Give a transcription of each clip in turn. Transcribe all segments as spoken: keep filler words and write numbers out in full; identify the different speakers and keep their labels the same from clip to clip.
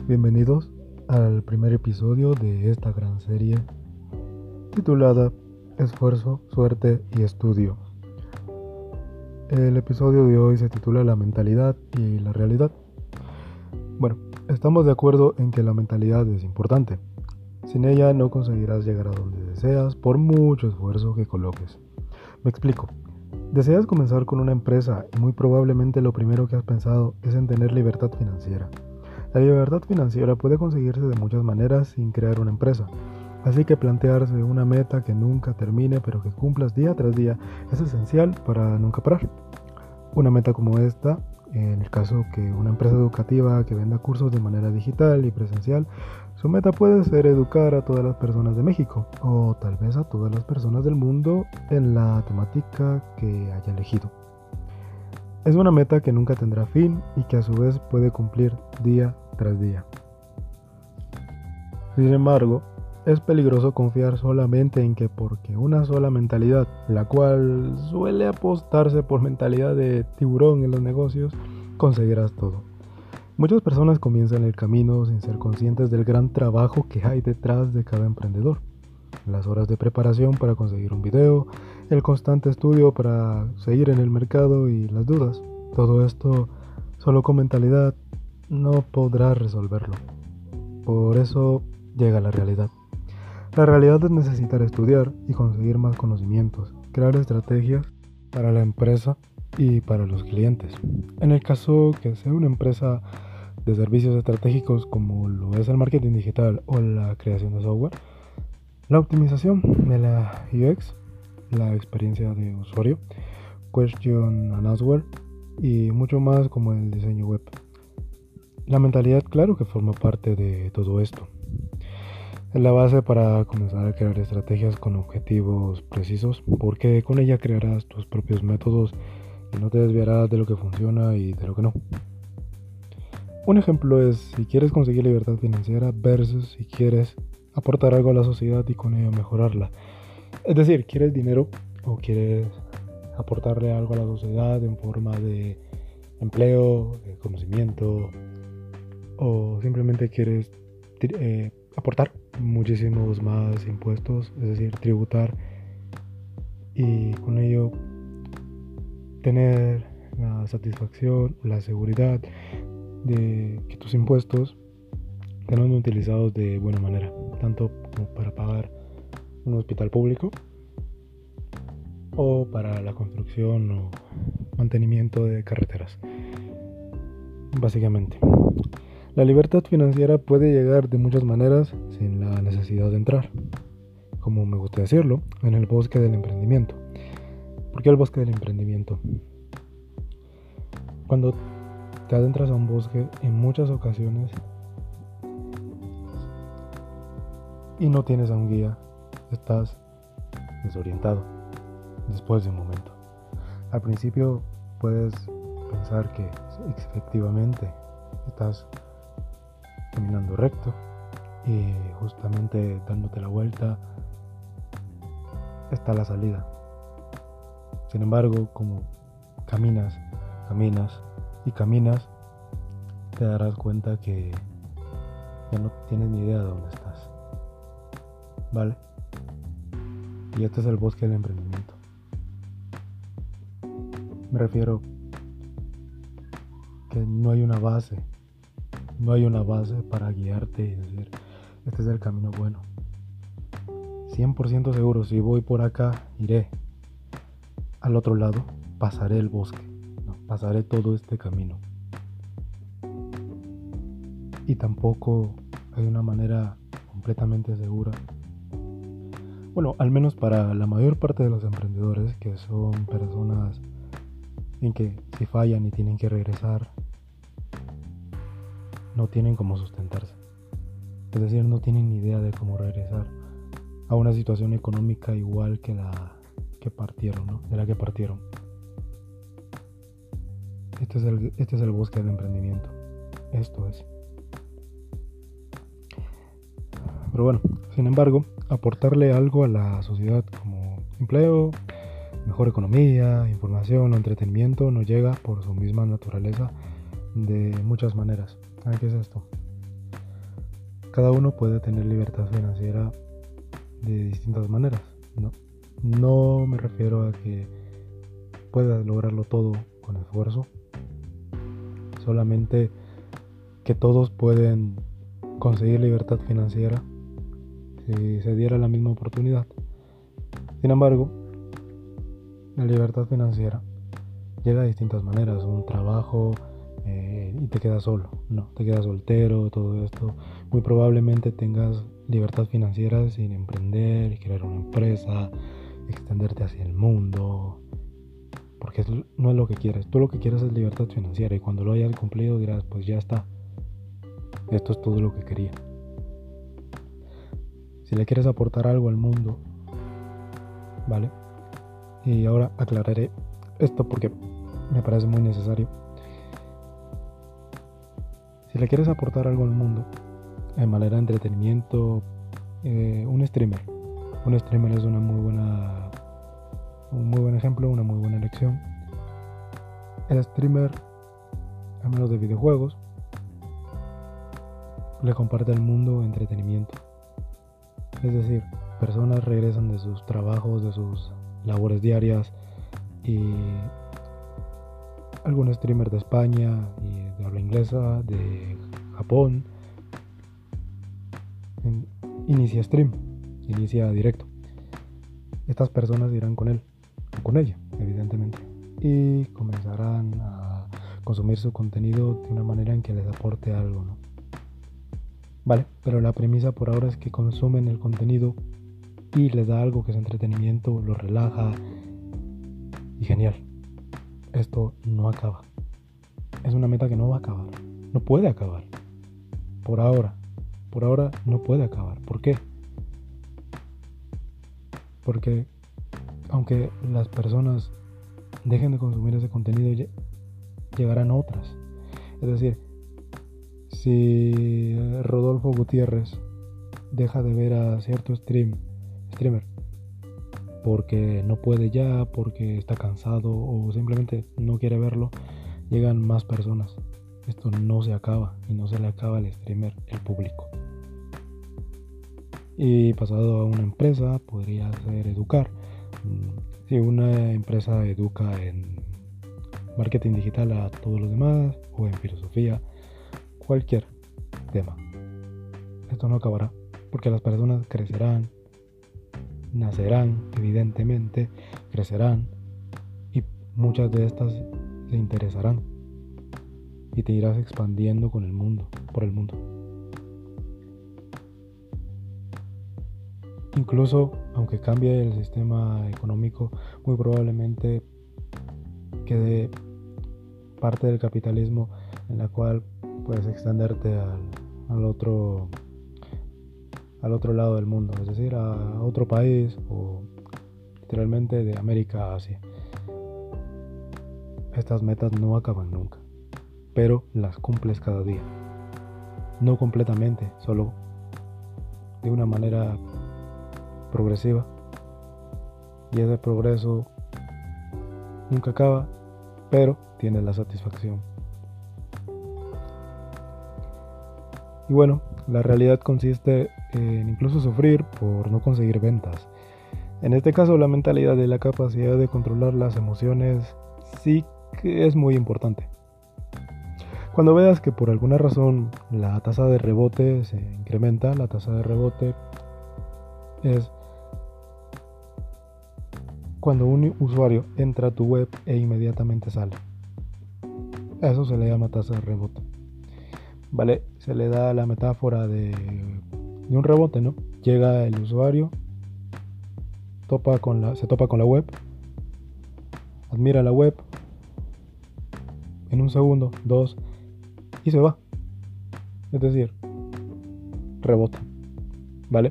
Speaker 1: Bienvenidos al primer episodio de esta gran serie titulada Esfuerzo, Suerte y Estudio. El episodio de hoy se titula La mentalidad y la realidad. Bueno, estamos de acuerdo en que la mentalidad es importante. Sin ella no conseguirás llegar a donde deseas por mucho esfuerzo que coloques. Me explico. Deseas comenzar con una empresa y muy probablemente lo primero que has pensado es en tener libertad financiera. La libertad financiera puede conseguirse de muchas maneras sin crear una empresa. Así que plantearse una meta que nunca termine pero que cumplas día tras día es esencial para nunca parar. Una meta como esta, en el caso que una empresa educativa que venda cursos de manera digital y presencial, su meta puede ser educar a todas las personas de México o tal vez a todas las personas del mundo en la temática que haya elegido. Es una meta que nunca tendrá fin y que a su vez puede cumplir día tras día. Sin embargo, es peligroso confiar solamente en que porque una sola mentalidad, la cual suele apostarse por mentalidad de tiburón en los negocios, conseguirás todo. Muchas personas comienzan el camino sin ser conscientes del gran trabajo que hay detrás de cada emprendedor. Las horas de preparación para conseguir un video, el constante estudio para seguir en el mercado y las dudas. Todo esto solo con mentalidad no podrás resolverlo. Por eso llega la realidad. La realidad es necesitar estudiar y conseguir más conocimientos, crear estrategias para la empresa y para los clientes. En el caso que sea una empresa de servicios estratégicos como lo es el marketing digital o la creación de software, la optimización de la U X, la experiencia de usuario, question and answer y mucho más como el diseño web. La mentalidad, claro que forma parte de todo esto. Es la base para comenzar a crear estrategias con objetivos precisos, porque con ella crearás tus propios métodos y no te desviarás de lo que funciona y de lo que no. Un ejemplo es si quieres conseguir libertad financiera versus si quieres aportar algo a la sociedad y con ello mejorarla. Es decir, ¿quieres dinero o quieres aportarle algo a la sociedad en forma de empleo, de conocimiento, o simplemente quieres eh, aportar muchísimos más impuestos, es decir, tributar y con ello tener la satisfacción, la seguridad de que tus impuestos serán utilizados de buena manera, tanto como para pagar un hospital público o para la construcción o mantenimiento de carreteras. Básicamente, la libertad financiera puede llegar de muchas maneras sin la necesidad de entrar, como me gusta decirlo, en el bosque del emprendimiento. ¿Por qué el bosque del emprendimiento? Cuando te adentras a un bosque, en muchas ocasiones y no tienes a un guía, estás desorientado después de un momento. Al principio puedes pensar que efectivamente estás caminando recto y justamente dándote la vuelta está la salida. Sin embargo, como caminas, caminas y caminas, te darás cuenta que ya no tienes ni idea de dónde estás. ¿Vale? Y este es el bosque del emprendimiento. Me refiero que no hay una base, no hay una base para guiarte y decir, este es el camino bueno. cien por ciento seguro, si voy por acá, iré al otro lado, pasaré el bosque, no, pasaré todo este camino. Y tampoco hay una manera completamente segura. Bueno, al menos para la mayor parte de los emprendedores, que son personas en que si fallan y tienen que regresar, no tienen cómo sustentarse. Es decir, no tienen ni idea de cómo regresar a una situación económica igual que la que partieron, ¿no? De la que partieron. Este es el, este es el bosque del emprendimiento. Esto es. Pero bueno, sin embargo, aportarle algo a la sociedad como empleo, mejor economía, información o entretenimiento no llega por su misma naturaleza de muchas maneras. ¿Qué es esto? cada uno puede tener libertad financiera de distintas maneras, ¿no? No me refiero a que puedas lograrlo todo con esfuerzo, solamente que todos pueden conseguir libertad financiera si se diera la misma oportunidad. Sin embargo, la libertad financiera llega de distintas maneras, un trabajo eh, y te quedas solo, no, te quedas soltero, todo esto. Muy probablemente tengas libertad financiera sin emprender, crear una empresa, extenderte hacia el mundo, porque es, no es lo que quieres. Tú lo que quieres es libertad financiera y cuando lo hayas cumplido dirás, pues ya está, esto es todo lo que quería. Si le quieres aportar algo al mundo, ¿vale? Y ahora aclararé esto porque me parece muy necesario. Si le quieres aportar algo al mundo, de manera de entretenimiento, eh, un streamer. Un streamer es una muy buena, un muy buen ejemplo, una muy buena elección. El streamer, al menos de videojuegos, le comparte al mundo entretenimiento. Es decir, personas regresan de sus trabajos, de sus labores diarias y algún streamer de España y de habla inglesa, de Japón, en, inicia stream, inicia directo. Estas personas irán con él, o con ella, evidentemente, y comenzarán a consumir su contenido de una manera en que les aporte algo, ¿no? Vale, pero la premisa por ahora es que consumen el contenido y les da algo que es entretenimiento, los relaja y genial. Esto no acaba. Es una meta que no va a acabar. No puede acabar. Por ahora. Por ahora no puede acabar. ¿Por qué? Porque aunque las personas dejen de consumir ese contenido, llegarán otras. Es decir, si Rodolfo Gutiérrez deja de ver a cierto stream, streamer porque no puede ya, porque está cansado o simplemente no quiere verlo, llegan más personas. Esto no se acaba y no se le acaba al streamer, el público. Y pasado a una empresa, podría ser educar. Si una empresa educa en marketing digital a todos los demás o en filosofía, cualquier tema, esto no acabará porque las personas crecerán, nacerán, evidentemente, crecerán y muchas de estas se interesarán y te irás expandiendo con el mundo, por el mundo. Incluso, aunque cambie el sistema económico, muy probablemente quede parte del capitalismo en la cual puedes extenderte al, al otro al otro lado del mundo, es decir, a otro país o literalmente de América a Asia. Estas metas no acaban nunca, pero las cumples cada día. No completamente, solo de una manera progresiva. Y ese progreso nunca acaba, pero tienes la satisfacción. Y bueno, la realidad consiste en incluso sufrir por no conseguir ventas. En este caso, la mentalidad y la capacidad de controlar las emociones sí que es muy importante. Cuando veas que por alguna razón la tasa de rebote se incrementa, la tasa de rebote es cuando un usuario entra a tu web e inmediatamente sale. A eso se le llama tasa de rebote. Vale, se le da la metáfora de, de un rebote, ¿no? Llega el usuario, topa con la, se topa con la web, admira la web, en un segundo, dos, y se va. Es decir, rebota, ¿vale?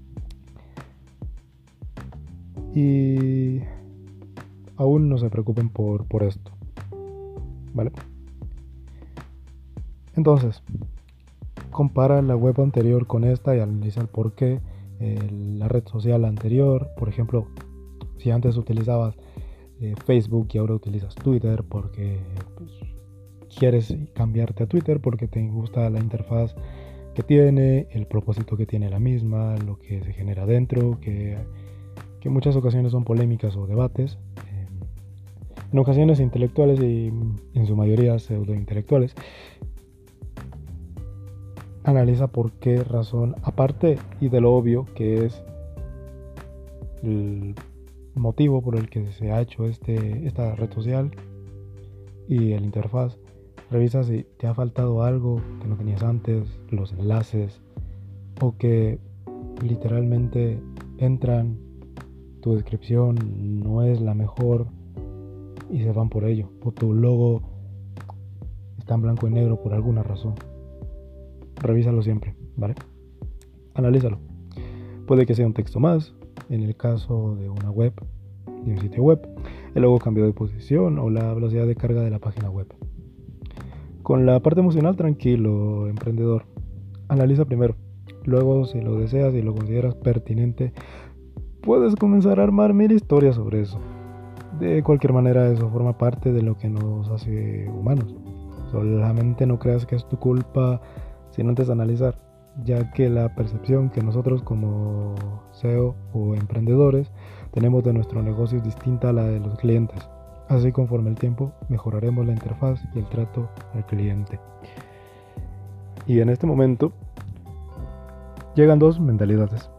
Speaker 1: Y aún no se preocupen por, por esto, ¿vale? Entonces, compara la web anterior con esta y analiza el por qué. Eh, la red social anterior, por ejemplo, si antes utilizabas eh, Facebook y ahora utilizas Twitter porque pues, quieres cambiarte a Twitter porque te gusta la interfaz que tiene, el propósito que tiene la misma, lo que se genera dentro, que, que en muchas ocasiones son polémicas o debates, eh, en ocasiones intelectuales y en su mayoría pseudointelectuales. Analiza por qué razón, aparte y de lo obvio que es el motivo por el que se ha hecho este, esta red social y el interfaz. Revisa si te ha faltado algo que no tenías antes, los enlaces, o que literalmente entran, tu descripción no es la mejor y se van por ello, o tu logo está en blanco y negro por alguna razón. Revísalo siempre, ¿vale? Analízalo. Puede que sea un texto más, en el caso de una web, de un sitio web, el logo cambió de posición o la velocidad de carga de la página web. Con la parte emocional, tranquilo, emprendedor. Analiza primero. Luego, si lo deseas y lo consideras pertinente, puedes comenzar a armar mil historias sobre eso. De cualquier manera, eso forma parte de lo que nos hace humanos. Solamente no creas que es tu culpa sin antes analizar, ya que la percepción que nosotros como S E O o emprendedores tenemos de nuestro negocio es distinta a la de los clientes. Así, conforme el tiempo, mejoraremos la interfaz y el trato al cliente. Y en este momento llegan dos mentalidades: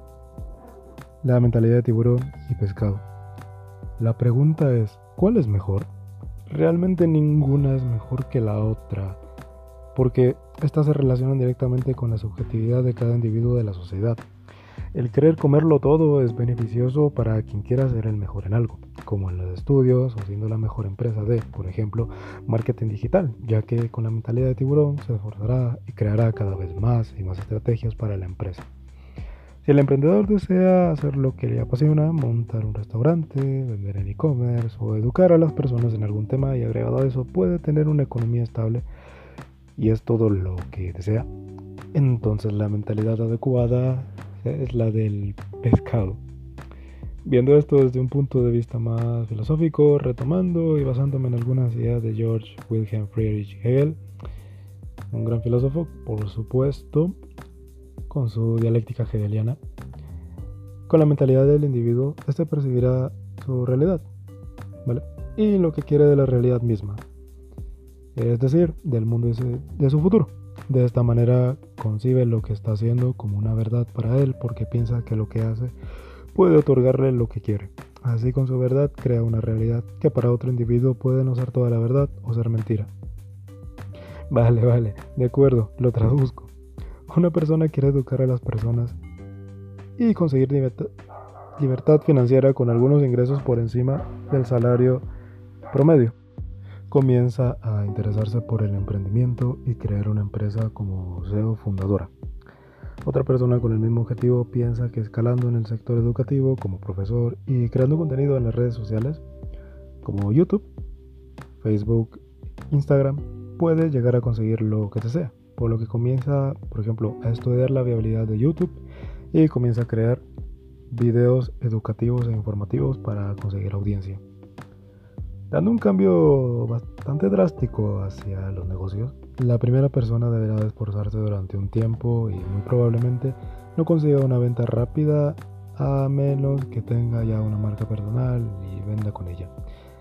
Speaker 1: la mentalidad de tiburón y pescado. La pregunta es, ¿cuál es mejor? Realmente ninguna es mejor que la otra, porque estas se relacionan directamente con la subjetividad de cada individuo de la sociedad. El querer comerlo todo es beneficioso para quien quiera ser el mejor en algo, como en los estudios o siendo la mejor empresa de, por ejemplo, marketing digital, ya que con la mentalidad de tiburón se esforzará y creará cada vez más y más estrategias para la empresa. Si el emprendedor desea hacer lo que le apasiona, montar un restaurante, vender en e-commerce o educar a las personas en algún tema y agregado a eso puede tener una economía estable y es todo lo que desea, entonces la mentalidad adecuada es la del pescado. Viendo esto desde un punto de vista más filosófico, retomando y basándome en algunas ideas de George Wilhelm Friedrich Hegel, un gran filósofo, por supuesto, con su dialéctica hegeliana, con la mentalidad del individuo, este percibirá su realidad, ¿vale? Y lo que quiere de la realidad misma, es decir, del mundo de su futuro. De esta manera concibe lo que está haciendo como una verdad para él, porque piensa que lo que hace puede otorgarle lo que quiere. Así, con su verdad crea una realidad que para otro individuo puede no ser toda la verdad o ser mentira. Vale, vale, de acuerdo, lo traduzco. Una persona quiere educar a las personas y conseguir libertad, libertad financiera con algunos ingresos por encima del salario promedio. Comienza a interesarse por el emprendimiento y crear una empresa como S E O fundadora. Otra persona con el mismo objetivo piensa que escalando en el sector educativo como profesor y creando contenido en las redes sociales como YouTube, Facebook, Instagram, puede llegar a conseguir lo que desea, por lo que comienza, por ejemplo, a estudiar la viabilidad de YouTube y comienza a crear videos educativos e informativos para conseguir audiencia. Dando un cambio bastante drástico hacia los negocios, la primera persona deberá esforzarse durante un tiempo y muy probablemente no consiga una venta rápida a menos que tenga ya una marca personal y venda con ella.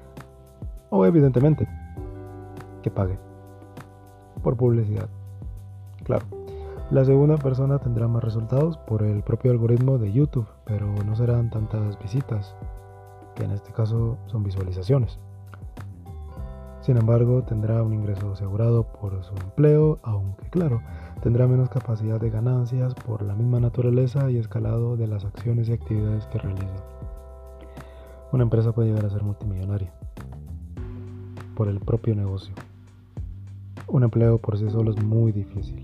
Speaker 1: O evidentemente, que pague por publicidad. Claro, la segunda persona tendrá más resultados por el propio algoritmo de YouTube, pero no serán tantas visitas, que en este caso son visualizaciones. Sin embargo, tendrá un ingreso asegurado por su empleo, aunque claro, tendrá menos capacidad de ganancias por la misma naturaleza y escalado de las acciones y actividades que realiza. Una empresa puede llegar a ser multimillonaria por el propio negocio. Un empleo por sí solo es muy difícil.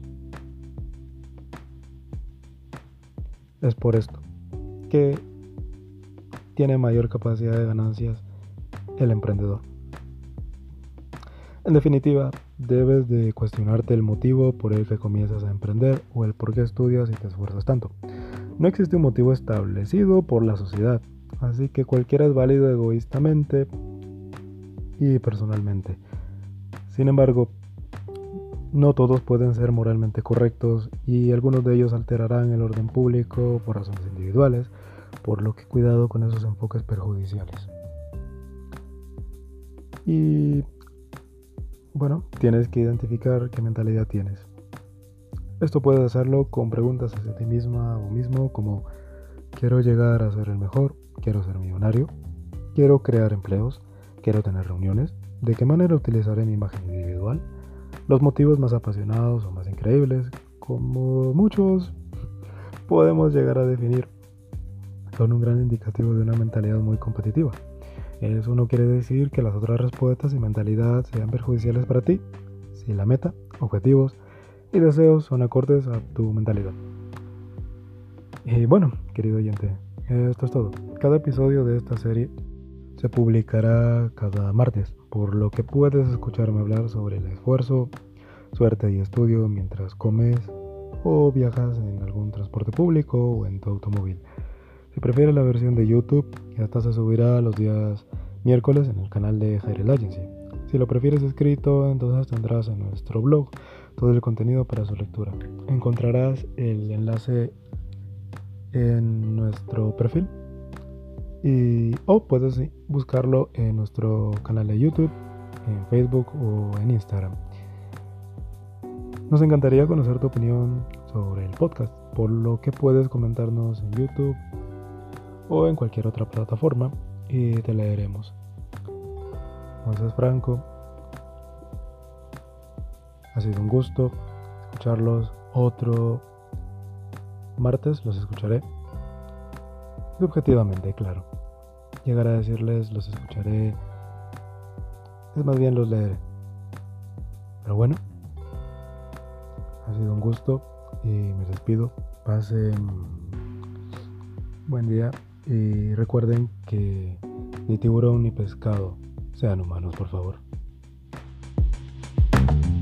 Speaker 1: Es por esto que tiene mayor capacidad de ganancias el emprendedor. En definitiva, debes de cuestionarte el motivo por el que comienzas a emprender o el por qué estudias y te esfuerzas tanto. No existe un motivo establecido por la sociedad, así que cualquiera es válido egoístamente y personalmente. Sin embargo, No todos pueden ser moralmente correctos y algunos de ellos alterarán el orden público por razones individuales, por lo que cuidado con esos enfoques perjudiciales. Y bueno, tienes que identificar qué mentalidad tienes. Esto puedes hacerlo con preguntas hacia ti misma o mismo como: quiero llegar a ser el mejor, quiero ser millonario, quiero crear empleos, quiero tener reuniones, ¿de qué manera utilizaré mi imagen individual? Los motivos más apasionados o más increíbles, como muchos podemos llegar a definir, son un gran indicativo de una mentalidad muy competitiva. Eso no quiere decir que las otras respuestas y mentalidad sean perjudiciales para ti, si la meta, objetivos y deseos son acordes a tu mentalidad. Y bueno, querido oyente, esto es todo. Cada episodio de esta serie se publicará cada martes, por lo que puedes escucharme hablar sobre el esfuerzo, suerte y estudio mientras comes o viajas en algún transporte público o en tu automóvil. Si prefieres la versión de YouTube, esta se subirá los días miércoles en el canal de Jairel Agency. Si lo prefieres escrito, entonces tendrás en nuestro blog todo el contenido para su lectura. Encontrarás el enlace en nuestro perfil y, o puedes buscarlo en nuestro canal de YouTube, en Facebook o en Instagram. Nos encantaría conocer tu opinión sobre el podcast, por lo que puedes comentarnos en YouTube o en cualquier otra plataforma y te leeremos. Moisés Franco, ha sido un gusto escucharlos. Otro martes los escucharé, subjetivamente, claro. Llegar a decirles los escucharé, es más bien los leeré. Pero bueno, ha sido un gusto y me despido. Pasen buen día y recuerden que ni tiburón ni pescado sean humanos, por favor.